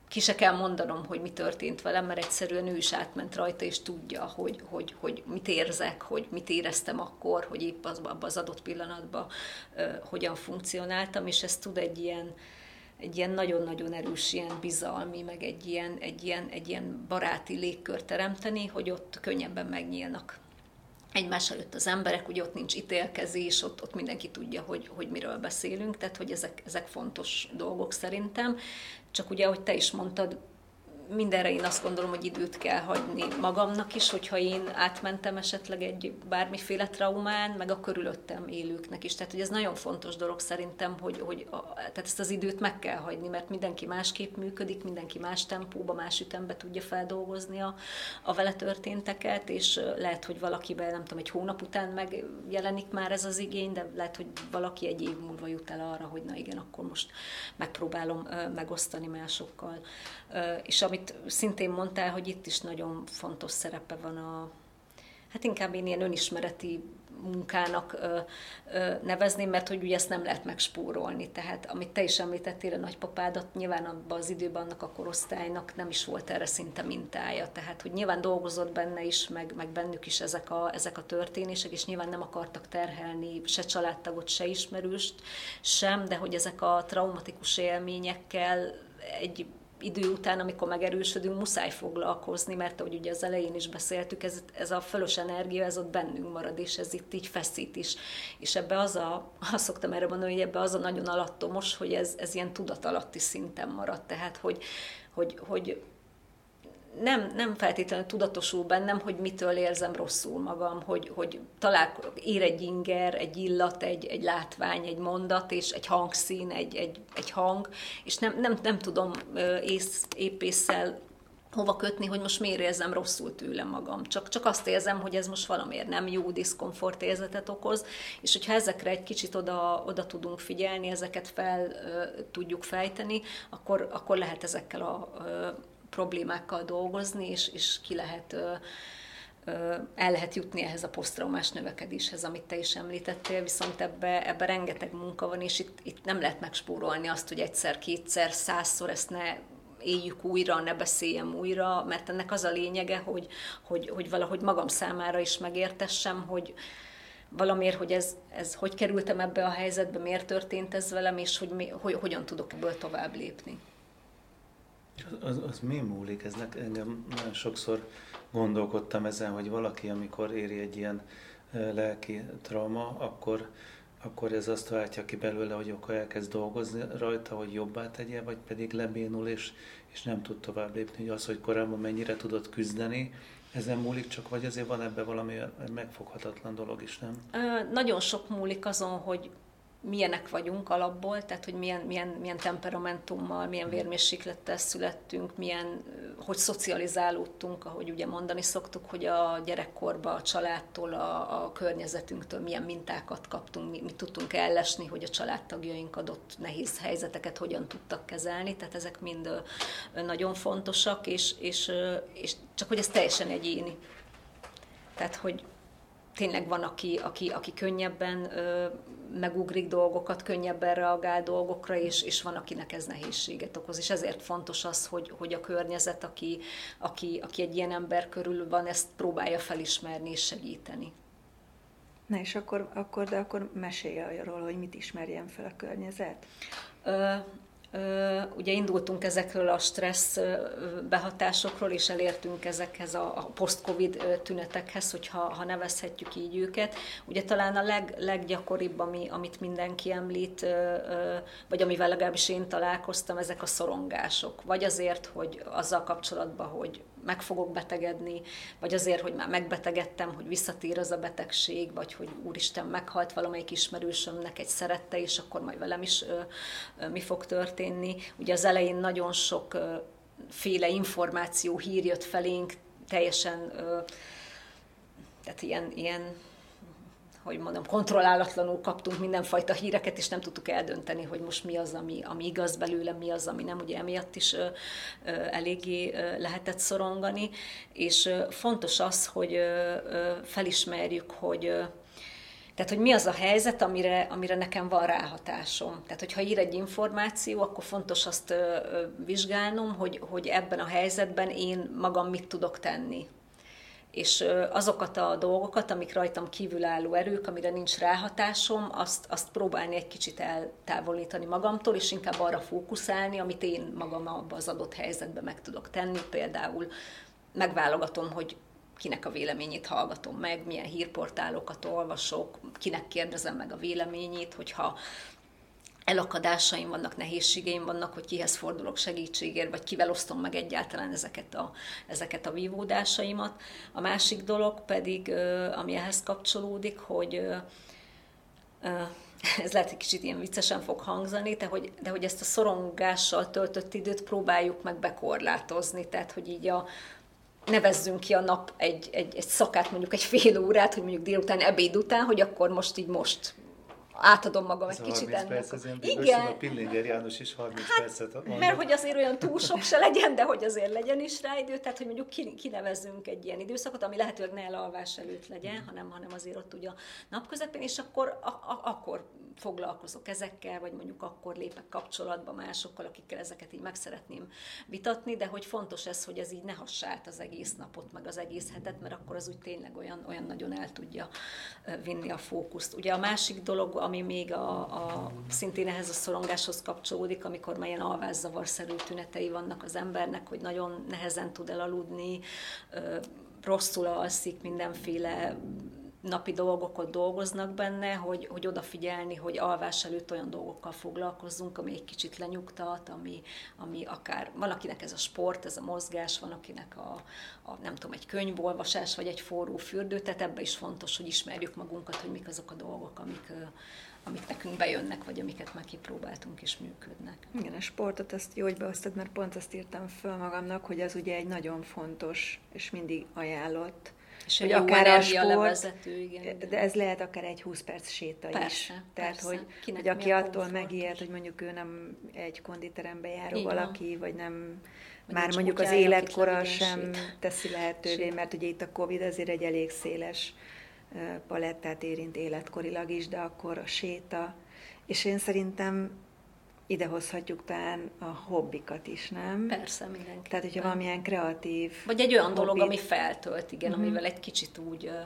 ki se kell mondanom, hogy mi történt velem, mert egyszerűen ő is átment rajta, és tudja, hogy, hogy, hogy mit érzek, hogy mit éreztem akkor, hogy épp az, abban az adott pillanatban uh, hogyan funkcionáltam, és ez tud egy ilyen, egy ilyen nagyon-nagyon erős ilyen bizalmi, meg egy ilyen, egy, ilyen, egy ilyen baráti légkört teremteni, hogy ott könnyebben megnyílnak egymás előtt az emberek, ugye ott nincs ítélkezés, ott, ott mindenki tudja, hogy, hogy miről beszélünk, tehát hogy ezek, ezek fontos dolgok szerintem. Csak ugye, ahogy te is mondtad, mindenre én azt gondolom, hogy időt kell hagyni magamnak is, hogyha én átmentem esetleg egy bármiféle traumán, meg a körülöttem élőknek is. Tehát, hogy ez nagyon fontos dolog szerintem, hogy, hogy a, tehát ezt az időt meg kell hagyni, mert mindenki másképp működik, mindenki más tempóba, más ütembe tudja feldolgozni a, a vele történteket, és lehet, hogy valakiben, nem tudom, egy hónap után megjelenik már ez az igény, de lehet, hogy valaki egy év múlva jut el arra, hogy na igen, akkor most megpróbálom megosztani másokkal. És amit szintén mondtál, hogy itt is nagyon fontos szerepe van a, hát inkább én ilyen önismereti munkának ö, ö, nevezném, mert hogy ugye ezt nem lehet megspórolni. Tehát amit te is említettél, a nagypapádat, nyilván abban az időben annak a korosztálynak nem is volt erre szinte mintája. Tehát, hogy nyilván dolgozott benne is, meg, meg bennük is ezek a, ezek a történések, és nyilván nem akartak terhelni se családtagot, se ismerőst, sem, de hogy ezek a traumatikus élményekkel egy idő után, amikor megerősödünk, muszáj foglalkozni, mert ahogy ugye az elején is beszéltük, ez, ez a fölös energia, ez ott bennünk marad, és ez itt így feszít is. És ebbe az a, azt szoktam erre mondani, hogy ebbe az a nagyon alattomos, hogy ez, ez ilyen tudatalatti szinten marad. Tehát, hogy, hogy, hogy nem, nem feltétlenül tudatosul bennem, hogy mitől érzem rosszul magam, hogy, hogy talán ér egy inger, egy illat, egy, egy látvány, egy mondat, és egy hangszín, egy, egy, egy hang, és nem, nem, nem tudom ész, épp ésszel hova kötni, hogy most miért érzem rosszul tőlem magam. Csak, csak azt érzem, hogy ez most valamiért nem jó diszkomfort érzetet okoz, és hogyha ezekre egy kicsit oda, oda tudunk figyelni, ezeket fel uh, tudjuk fejteni, akkor, akkor lehet ezekkel a uh, problémákkal dolgozni, és, és ki lehet, ö, ö, el lehet jutni ehhez a posztraumás növekedéshez, amit te is említettél, viszont ebbe, ebbe rengeteg munka van, és itt, itt nem lehet megspórolni azt, hogy egyszer, kétszer, százszor ezt ne éljük újra, ne beszéljem újra, mert ennek az a lényege, hogy, hogy, hogy valahogy magam számára is megértessem, hogy valamiért, hogy ez, ez hogy kerültem ebbe a helyzetbe, miért történt ez velem, és hogy, mi, hogy hogyan tudok ebből tovább lépni. Az, az mi múlik? Ez engem nagyon sokszor gondolkodtam ezen, hogy valaki, amikor éri egy ilyen lelki trauma, akkor, akkor ez azt váltja ki belőle, hogy akkor elkezd dolgozni rajta, hogy jobbá tegye, vagy pedig lebénul, és, és nem tud tovább lépni. Hogy az, hogy korábban mennyire tudott küzdeni, ezen múlik csak, vagy azért van ebben valami megfoghatatlan dolog is, nem? Ö, nagyon sok múlik azon, hogy milyenek vagyunk alapból, tehát hogy milyen, milyen, milyen temperamentummal, milyen vérmérséklettel születtünk, milyen, hogy szocializálódtunk, ahogy ugye mondani szoktuk, hogy a gyerekkorban a családtól, a, a környezetünktől milyen mintákat kaptunk, mi, mi tudtunk ellesni, hogy a családtagjaink adott nehéz helyzeteket hogyan tudtak kezelni, tehát ezek mind nagyon fontosak, és, és, és csak hogy ez teljesen egyéni. Tehát, hogy tényleg van, aki, aki, aki könnyebben ö, megugrik dolgokat, könnyebben reagál dolgokra, és, és van, akinek ez nehézséget okoz. És ezért fontos az, hogy, hogy a környezet, aki, aki, aki egy ilyen ember körül van, ezt próbálja felismerni és segíteni. Na és akkor, akkor de akkor mesélj arról, hogy mit ismerjen fel a környezet? Ö, Ugye indultunk ezekről a stressz behatásokról, és elértünk ezekhez a post-covid tünetekhez, hogyha ha nevezhetjük így őket. Ugye talán a leg, leggyakoribb, ami, amit mindenki említ, vagy amivel legalábbis én találkoztam, ezek a szorongások. Vagy azért, hogy azzal kapcsolatban, hogy meg fogok betegedni, vagy azért, hogy már megbetegedtem, hogy visszatér az a betegség, vagy hogy úristen, meghalt valamelyik ismerősömnek egy szerette, és akkor majd velem is ö, ö, mi fog történni. Ugye az elején nagyon sok ö, féle információ, hír jött felénk, teljesen ö, tehát ilyen, ilyen hogy mondom, kontrollálatlanul kaptunk mindenfajta híreket, és nem tudtuk eldönteni, hogy most mi az, ami, ami igaz belőle, mi az, ami nem. Ugye emiatt is ö, ö, eléggé ö, lehetett szorongani, és ö, fontos az, hogy ö, ö, felismerjük, hogy ö, Tehát, hogy mi az a helyzet, amire, amire nekem van ráhatásom. Tehát, hogyha ír egy információ, akkor fontos azt ö, ö, vizsgálnom, hogy, hogy ebben a helyzetben én magam mit tudok tenni. És ö, azokat a dolgokat, amik rajtam kívülálló erők, amire nincs ráhatásom, azt, azt próbálni egy kicsit eltávolítani magamtól, és inkább arra fókuszálni, amit én magam abban az adott helyzetben meg tudok tenni. Például megválogatom, hogy kinek a véleményét hallgatom meg, milyen hírportálokat olvasok, kinek kérdezem meg a véleményét, hogyha elakadásaim vannak, nehézségeim vannak, hogy kihez fordulok segítségért, vagy kivel osztom meg egyáltalán ezeket a, ezeket a vívódásaimat. A másik dolog pedig, ami ehhez kapcsolódik, hogy ez lehet egy kicsit ilyen viccesen fog hangzani, de hogy, de hogy ezt a szorongással töltött időt próbáljuk meg bekorlátozni, tehát hogy így a nevezzünk ki a nap egy, egy, egy szakát, mondjuk egy fél órát, hogy mondjuk délután, ebéd után, hogy akkor most így most átadom magam ez egy kicsit ennek. perc, Ez igen. A Pillinger János is harminc hát, percet mondott. Mert hogy azért olyan túl sok se legyen, de hogy azért legyen is rá idő, tehát hogy mondjuk kinevezzünk egy ilyen időszakot, ami lehetőleg ne elalvás előtt legyen, hanem, hanem azért ott ugye a napközepén, és akkor, a, a, akkor foglalkozok ezekkel, vagy mondjuk akkor lépek kapcsolatba másokkal, akikkel ezeket így meg szeretném vitatni, de hogy fontos ez, hogy ez így ne hassa át az egész napot, meg az egész hetet, mert akkor az úgy tényleg olyan, olyan nagyon el tudja vinni a fókuszt. Ugye a másik dolog, ami még a, a, szintén ehhez a szorongáshoz kapcsolódik, amikor már ilyen alvászavarszerű tünetei vannak az embernek, hogy nagyon nehezen tud elaludni, rosszul alszik, mindenféle napi dolgokat dolgoznak benne, hogy, hogy odafigyelni, hogy alvás előtt olyan dolgokkal foglalkozzunk, ami egy kicsit lenyugtat, ami, ami akár, van akinek ez a sport, ez a mozgás, van akinek a, a nem tudom, egy könyvolvasás, vagy egy forró fürdő, tehát ebben is fontos, hogy ismerjük magunkat, hogy mik azok a dolgok, amik, amik nekünk bejönnek, vagy amiket már kipróbáltunk és működnek. Igen, a sportot azt jó, hogy beosztod, mert pont azt írtam föl magamnak, hogy az ugye egy nagyon fontos és mindig ajánlott, és hogy jó akár a energia sport, levezető, igen, de ez lehet akár egy húsz perc séta persze, is. Tehát, persze. hogy, Kinek hogy aki mi a attól komfortos. megijed, hogy mondjuk ő nem egy konditerembe járó Így van. valaki, vagy nem, Vagy már nincs mondjuk az kutyája, akit életkora levigyen sem sét. teszi lehetővé, Sét. mert ugye itt a Covid azért egy elég széles ö, palettát érint életkorilag is, de akkor a séta, és én szerintem ide hozhatjuk talán a hobbikat is, nem? Persze, mindenki. Tehát, hogyha valamilyen kreatív Vagy egy olyan hobbit, dolog, ami feltölt, igen, Mhm. amivel egy kicsit úgy ö,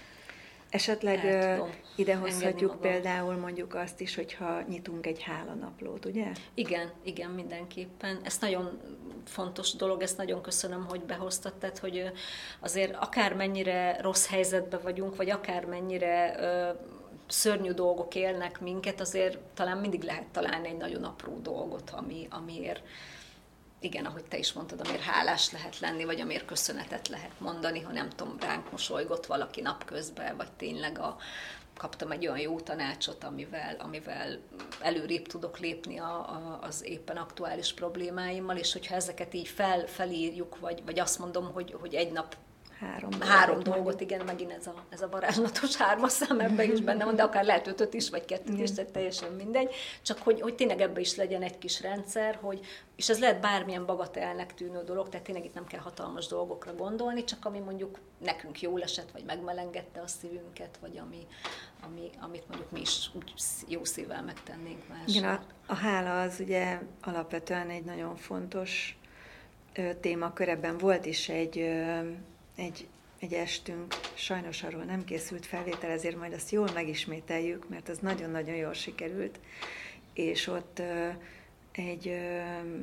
esetleg el ö, tudom ide engedni hozhatjuk magam. például mondjuk azt is, hogyha nyitunk egy hálanaplót, ugye? Igen, igen, mindenképpen. Ez nagyon fontos dolog, ezt nagyon köszönöm, hogy behoztad, tehát, hogy ö, azért akármennyire rossz helyzetben vagyunk, vagy akármennyire ö, szörnyű dolgok élnek minket, azért talán mindig lehet találni egy nagyon apró dolgot, ami, amiért, igen, ahogy te is mondtad, amiért hálás lehet lenni, vagy amiért köszönetet lehet mondani, ha nem tudom, ránk mosolygott valaki napközben, vagy tényleg a, kaptam egy olyan jó tanácsot, amivel, amivel előrébb tudok lépni a, a, az éppen aktuális problémáimmal, és hogyha ezeket így fel, felírjuk, vagy, vagy azt mondom, hogy, hogy egy nap Három, Három dolgot dolgot, igen, megint ez a, ez a varázslatos hármas szám ebben is benne van, de akár lehet ötöt is, vagy kettőt is, tehát teljesen mindegy. Csak hogy, hogy tényleg ebben is legyen egy kis rendszer, hogy, és ez lehet bármilyen bagatelnek tűnő dolog, tehát tényleg itt nem kell hatalmas dolgokra gondolni, csak ami mondjuk nekünk jól esett, vagy megmelengedte a szívünket, vagy ami, ami, amit mondjuk mi is úgy jó szívvel megtennénk másnak. Igen, a, a hála az ugye alapvetően egy nagyon fontos ö, témakör, ebben volt is egy, ö, egy, egy estünk, sajnos arról nem készült felvétel, ezért majd azt jól megismételjük, mert az nagyon-nagyon jól sikerült, és ott ö, egy ö,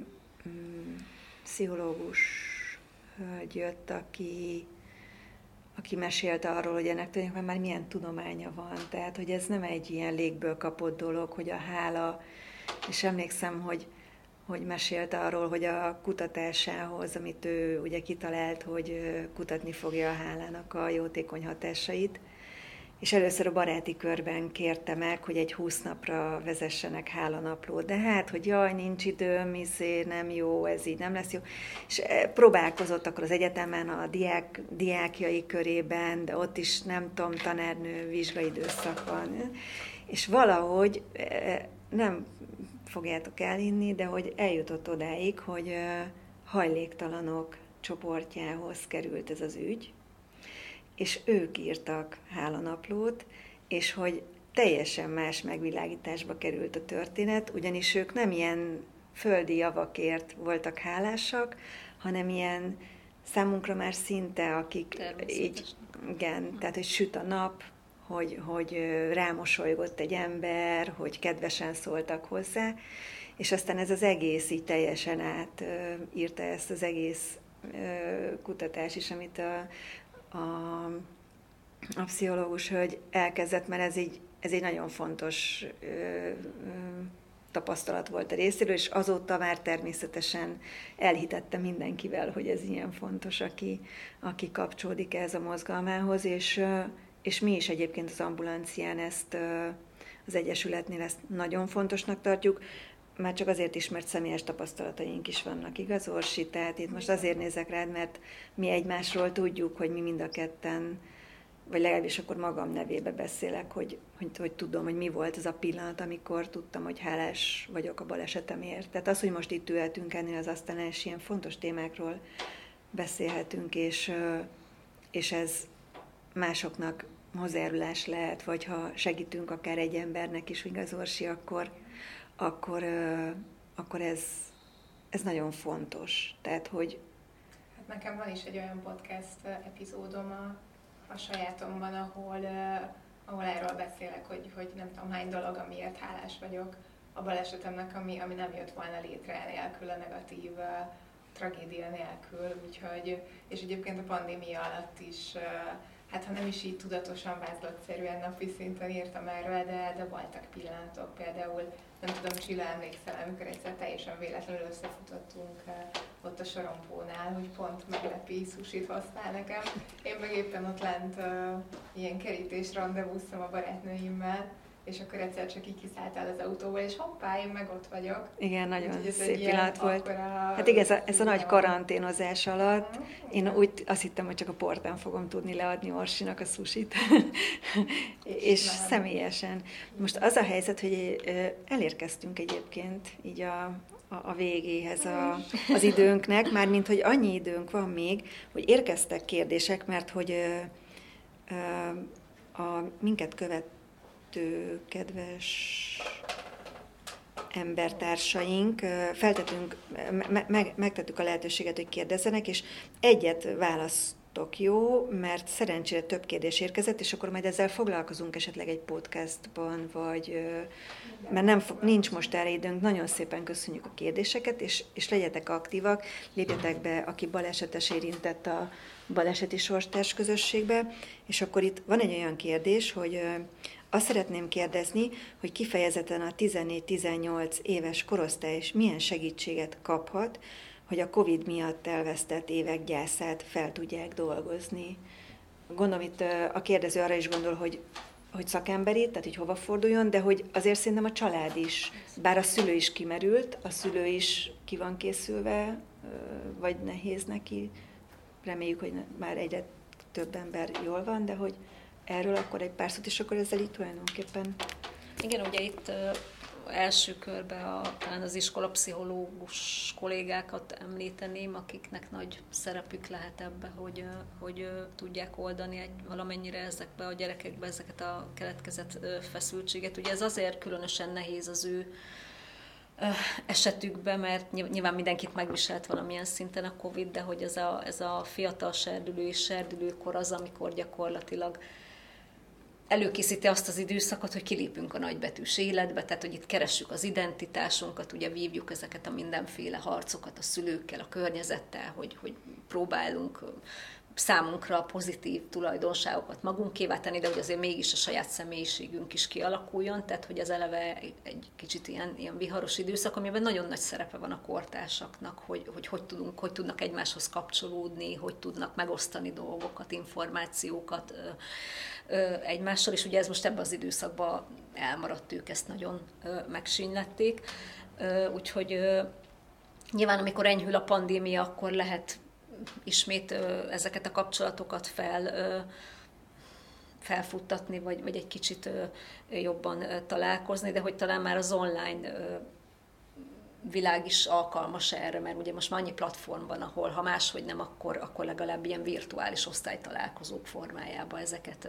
mm, pszichológus hölgy jött, aki aki mesélte arról, hogy ennek tulajdonképpen már milyen tudománya van, tehát hogy ez nem egy ilyen légből kapott dolog, hogy a hála, és emlékszem, hogy, hogy mesélte arról, hogy a kutatásához, amit ő ugye kitalált, hogy kutatni fogja a hálának a jótékony hatásait, és először a baráti körben kérte meg, hogy egy húsz napra vezessenek hálanaplót, de hát, hogy jaj, nincs időm, izé, nem jó, ez így nem lesz jó. És próbálkozott akkor az egyetemen a diák, diákjai körében, de ott is nem tudom, tanárnő, vizsgaidőszak van. És valahogy nem fogjátok elhinni, de hogy eljutott odáig, hogy hajléktalanok csoportjához került ez az ügy, és ők írtak hálanaplót, és hogy teljesen más megvilágításba került a történet, ugyanis ők nem ilyen földi javakért voltak hálásak, hanem ilyen számunkra már szinte, akik így, igen, tehát, hogy süt a nap, hogy, hogy rámosolygott egy ember, hogy kedvesen szóltak hozzá, és aztán ez az egész így teljesen átírta ezt az egész kutatás is, amit a, a, a pszichológus hölgy elkezdett, mert ez, így, ez egy nagyon fontos ö, ö, tapasztalat volt a részéről, és azóta már természetesen elhitette mindenkivel, hogy ez ilyen fontos, aki, aki kapcsolódik ez a mozgalmához, és, és mi is egyébként az ambulancián ezt az Egyesületnél ezt nagyon fontosnak tartjuk, már csak azért is, mert személyes tapasztalataink is vannak, igaz, Orsi? Tehát itt most azért nézek rád, mert mi egymásról tudjuk, hogy mi mind a ketten, vagy legalábbis akkor magam nevébe beszélek, hogy, hogy, hogy tudom, hogy mi volt az a pillanat, amikor tudtam, hogy hálás vagyok a balesetemért. Tehát az, hogy most itt ülhetünk ennél az asztalnál, és ilyen fontos témákról beszélhetünk, és, és ez másoknak hozzájárulás lehet, vagy ha segítünk akár egy embernek is, igaz, Orsi, akkor, akkor, akkor ez, ez nagyon fontos. Tehát, hogy... Hát nekem van is egy olyan podcast epizódom a a sajátomban, ahol, uh, ahol erről beszélek, hogy, hogy nem tudom hány dolog, amiért hálás vagyok a balesetemnek, ami, ami nem jött volna létre nélkül, a negatív uh, tragédia nélkül, úgyhogy, és egyébként a pandémia alatt is, uh, hát ha nem is így tudatosan vázlatszerűen napi szinten írtam erről, de, de voltak pillanatok, például nem tudom, Csilla, emlékszel, amikor egyszer teljesen véletlenül összefutottunk uh, ott a sorompónál, hogy pont meglepi sushit hoztál nekem. Én meg éppen ott lent uh, ilyen kerítés rendezvúztam a barátnőimmel, és akkor egyszer csak így kiszálltál az autóból, és hoppá, én meg ott vagyok. Igen, nagyon szép pillanat volt. Hát igen, ez a, ez a nagy karanténozás alatt, én úgy azt hittem, hogy csak a portán fogom tudni leadni Orsinak a sushit. és és személyesen. Most az a helyzet, hogy elérkeztünk egyébként így a, a, a végéhez a, az időnknek, mármint, hogy annyi időnk van még, hogy érkeztek kérdések, mert hogy a, a minket követ kedves embertársaink, feltettünk, meg, megtettük a lehetőséget, hogy kérdezzenek, és egyet választok, jó, mert szerencsére több kérdés érkezett, és akkor majd ezzel foglalkozunk esetleg egy podcastban, vagy, mert nem, nincs most erre időnk, nagyon szépen köszönjük a kérdéseket, és, és legyetek aktívak, lépjetek be, aki balesetes érintett a baleseti sorstárs közösségbe, és akkor itt van egy olyan kérdés, hogy azt szeretném kérdezni, hogy kifejezetten a tizennégy-tizennyolc éves korosztály is milyen segítséget kaphat, hogy a Covid miatt elvesztett évek gyászát fel tudják dolgozni. Gondolom itt a kérdező arra is gondol, hogy, hogy szakemberi, tehát hogy hova forduljon, de hogy azért szerintem a család is, bár a szülő is kimerült, a szülő is ki van készülve, vagy nehéz neki, reméljük, hogy már egyre több ember jól van, de hogy erről akkor egy pár szót, és akkor ezzel így tulajdonképpen... Igen, ugye itt uh, első körben a, talán az iskolapszichológus kollégákat említeném, akiknek nagy szerepük lehet ebbe, hogy, uh, hogy uh, tudják oldani egy, valamennyire ezekbe a gyerekekbe ezeket a keletkezett uh, feszültséget. Ugye ez azért különösen nehéz az ő esetükben, mert nyilván mindenkit megviselt valamilyen szinten a Covid, de hogy ez a, ez a fiatal serdülő és serdülőkor az, amikor gyakorlatilag előkészíti azt az időszakot, hogy kilépünk a nagybetűs életbe, tehát hogy itt keressük az identitásunkat, ugye vívjuk ezeket a mindenféle harcokat a szülőkkel, a környezettel, hogy, hogy próbálunk számunkra pozitív tulajdonságokat magunkévá tenni, de hogy azért mégis a saját személyiségünk is kialakuljon, tehát hogy az eleve egy kicsit ilyen, ilyen viharos időszak, amiben nagyon nagy szerepe van a kortársaknak, hogy hogy, hogy, tudunk, hogy tudnak egymáshoz kapcsolódni, hogy tudnak megosztani dolgokat, információkat ö, ö, egymással, és ugye ez most ebben az időszakban elmaradt, ők ezt nagyon ö, megsínlették, ö, úgyhogy ö, nyilván amikor enyhül a pandémia, akkor lehet ismét ö, ezeket a kapcsolatokat fel, ö, felfuttatni, vagy, vagy egy kicsit ö, jobban ö, találkozni, de hogy talán már az online ö, világ is alkalmas erre, mert ugye most már annyi platform van, ahol ha máshogy nem, akkor, akkor legalább ilyen virtuális osztálytalálkozók formájában ezeket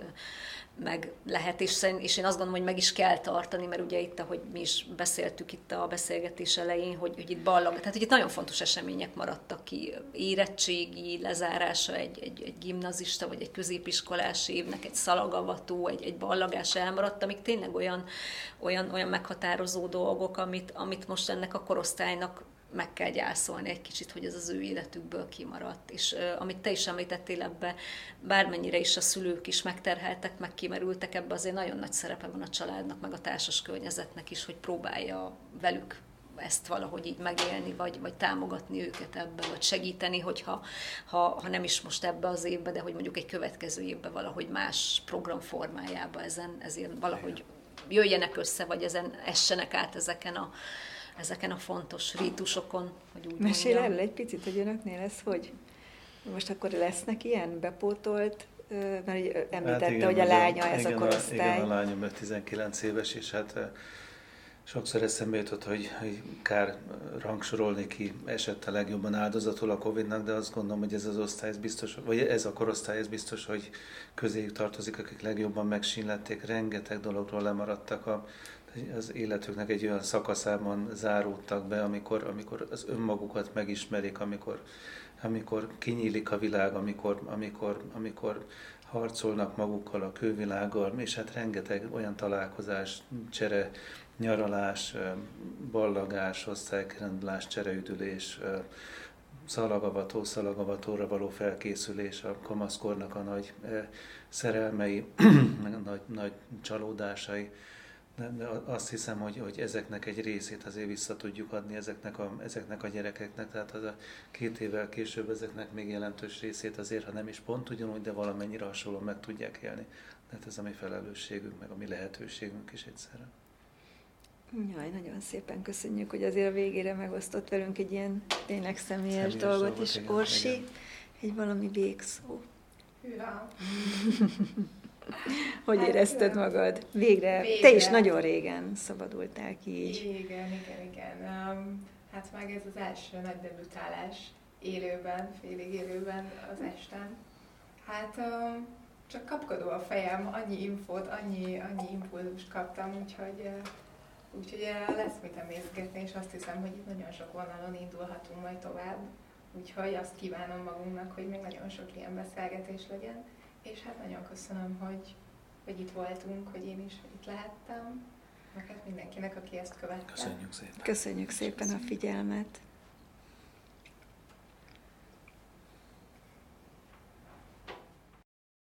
meg lehet, és, és én azt gondolom, hogy meg is kell tartani, mert ugye itt, ahogy mi is beszéltük itt a beszélgetés elején, hogy, hogy itt ballag, tehát hogy itt nagyon fontos események maradtak ki, érettségi lezárása egy, egy, egy gimnazista, vagy egy középiskolás évnek, egy szalagavató, egy, egy ballagás elmaradt, amik tényleg olyan, olyan, olyan meghatározó dolgok, amit, amit most ennek a korosztálynak meg kell gyászolni egy kicsit, hogy ez az ő életükből kimaradt. És uh, amit te is említettél ebbe, bármennyire is a szülők is megterheltek, meg kimerültek ebbe, azért nagyon nagy szerepe van a családnak, meg a társas környezetnek is, hogy próbálja velük ezt valahogy így megélni, vagy, vagy támogatni őket ebbe, vagy segíteni, hogyha ha, ha nem is most ebbe az évbe, de hogy mondjuk egy következő évben valahogy más program formájában ezen, ezért valahogy jöjjenek össze, vagy ezen essenek át ezeken a ezeken a fontos rítusokon, hogy úgy Mesélj erről egy picit, hogy önöknél ez hogy? Most akkor lesznek ilyen bepótolt, mert említette, hát igen, hogy a lánya ez igen, a korosztály. Igen, a lányom mert tizenkilenc éves, és hát sokszor eszembe jutott, hogy, hogy kár rangsorolni, ki esett a legjobban áldozatul a Covidnak, de azt gondolom, hogy ez az osztály, ez biztos, vagy ez a korosztály, ez biztos, hogy közéjük tartozik, akik legjobban megsínlették, rengeteg dologról lemaradtak, a, az életüknek egy olyan szakaszában záródtak be, amikor, amikor az önmagukat megismerik, amikor, amikor kinyílik a világ, amikor, amikor, amikor harcolnak magukkal a külvilággal, és hát rengeteg olyan találkozás, csere, nyaralás, ballagás, osztálykirándulás, csereüdülés, szalagavató, szalagavatóra való felkészülés, a kamaszkornak a nagy szerelmei, meg a nagy, nagy csalódásai. De, de azt hiszem, hogy, hogy ezeknek egy részét azért vissza tudjuk adni ezeknek a, ezeknek a gyerekeknek, tehát az a két évvel később ezeknek még jelentős részét azért, ha nem is pont ugyanúgy, de valamennyire hasonlóan meg tudják élni. Tehát ez a mi felelősségünk, meg a mi lehetőségünk is egyszerre. Jaj, nagyon szépen köszönjük, hogy azért a végére megosztott velünk egy ilyen tényleg személyes, személyes dolgot, dolgot is. Igen, Orsi, igen. Egy valami végszó. Hűha! Hogy hát, érezted magad? Végre, végre, te is nagyon régen szabadultál ki így. Igen, igen, igen. Um, hát meg ez az első nagy debütálás élőben, félig élőben az esten. Hát um, csak kapkodó a fejem, annyi infót, annyi, annyi impulzust kaptam, úgyhogy, uh, úgyhogy uh, lesz mit emészgetni, és azt hiszem, hogy itt nagyon sok vonalon indulhatunk majd tovább. Úgyhogy azt kívánom magunknak, hogy még nagyon sok ilyen beszélgetés legyen. És hát nagyon köszönöm, hogy, hogy itt voltunk, hogy én is itt lehettem, meg hát mindenkinek, aki ezt követte. Köszönjük szépen. Köszönjük szépen a figyelmet.